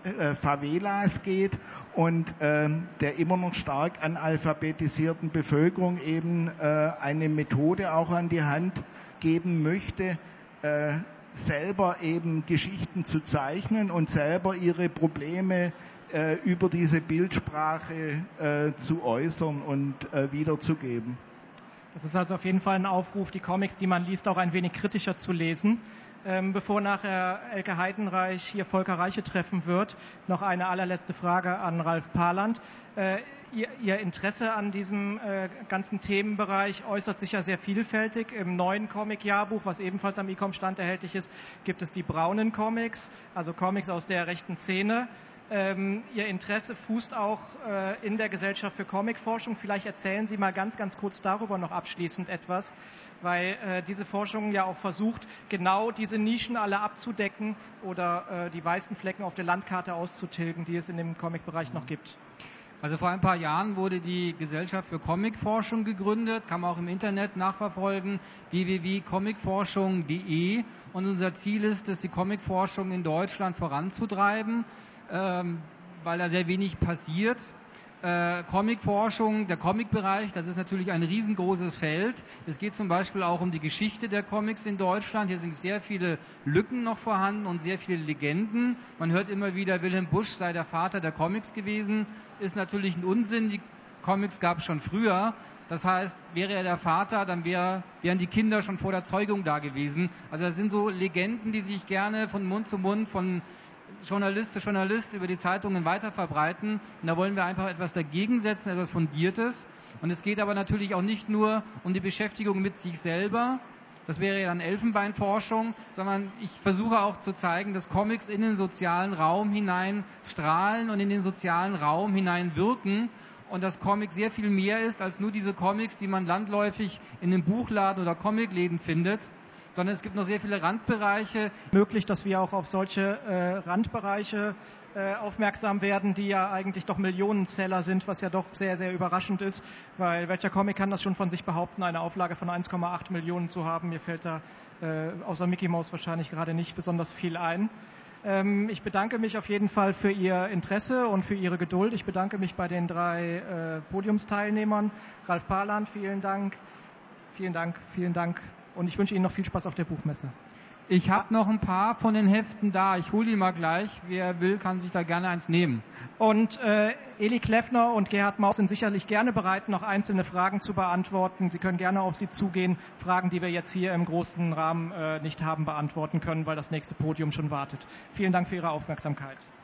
[SPEAKER 5] Favelas geht und äh, der immer noch stark analphabetisierten Bevölkerung eben äh, eine Methode auch an die Hand geben möchte, äh, selber eben Geschichten zu zeichnen und selber ihre Probleme äh, über diese Bildsprache äh, zu äußern und äh, wiederzugeben.
[SPEAKER 2] Das ist also auf jeden Fall ein Aufruf, die Comics, die man liest, auch ein wenig kritischer zu lesen. Ähm, bevor nachher Elke Heidenreich hier Volker Reiche treffen wird, noch eine allerletzte Frage an Ralf Paland. Äh, ihr, ihr Interesse an diesem äh, ganzen Themenbereich äußert sich ja sehr vielfältig. Im neuen Comic-Jahrbuch, was ebenfalls am I C O M-Stand erhältlich ist, gibt es die braunen Comics, also Comics aus der rechten Szene. Ähm, Ihr Interesse fußt auch äh, in der Gesellschaft für Comicforschung. Vielleicht erzählen Sie mal ganz, ganz kurz darüber noch abschließend etwas, weil äh, diese Forschung ja auch versucht, genau diese Nischen alle abzudecken oder äh, die weißen Flecken auf der Landkarte auszutilgen, die es in dem Comicbereich noch gibt.
[SPEAKER 3] Also vor ein paar Jahren wurde die Gesellschaft für Comicforschung gegründet, kann man auch im Internet nachverfolgen, w w w punkt comicforschung punkt de, und unser Ziel ist es, die Comicforschung in Deutschland voranzutreiben, ähm, weil da sehr wenig passiert. Äh, Comicforschung, der Comicbereich, das ist natürlich ein riesengroßes Feld. Es geht zum Beispiel auch um die Geschichte der Comics in Deutschland. Hier sind sehr viele Lücken noch vorhanden und sehr viele Legenden. Man hört immer wieder, Wilhelm Busch sei der Vater der Comics gewesen. Ist natürlich ein Unsinn. Die Comics gab es schon früher. Das heißt, wäre er der Vater, dann wär, wären die Kinder schon vor der Zeugung da gewesen. Also das sind so Legenden, die sich gerne von Mund zu Mund, von Journalist zu Journalist über die Zeitungen weiter verbreiten. Und da wollen wir einfach etwas dagegen setzen, etwas Fundiertes. Und es geht aber natürlich auch nicht nur um die Beschäftigung mit sich selber. Das wäre ja dann Elfenbeinforschung, sondern ich versuche auch zu zeigen, dass Comics in den sozialen Raum hinein strahlen und in den sozialen Raum hinein wirken. Und dass Comic sehr viel mehr ist als nur diese Comics, die man landläufig in einem Buchladen oder Comicläden findet, sondern es gibt noch sehr viele Randbereiche.
[SPEAKER 2] Möglich, dass wir auch auf solche äh, Randbereiche äh, aufmerksam werden, die ja eigentlich doch Millionenseller sind, was ja doch sehr, sehr überraschend ist, weil welcher Comic kann das schon von sich behaupten, eine Auflage von eins Komma acht Millionen zu haben? Mir fällt da äh, außer Mickey Mouse wahrscheinlich gerade nicht besonders viel ein. Ähm, ich bedanke mich auf jeden Fall für Ihr Interesse und für Ihre Geduld. Ich bedanke mich bei den drei äh, Podiumsteilnehmern. Ralf Paland, vielen Dank. Vielen Dank, vielen Dank. Und ich wünsche Ihnen noch viel Spaß auf der Buchmesse.
[SPEAKER 3] Ich habe noch ein paar von den Heften da. Ich hole die mal gleich. Wer will, kann sich da gerne eins nehmen.
[SPEAKER 2] Und äh, Eli Kleffner und Gerhard Maus sind sicherlich gerne bereit, noch einzelne Fragen zu beantworten. Sie können gerne auf Sie zugehen. Fragen, die wir jetzt hier im großen Rahmen äh, nicht haben beantworten können, weil das nächste Podium schon wartet. Vielen Dank für Ihre Aufmerksamkeit.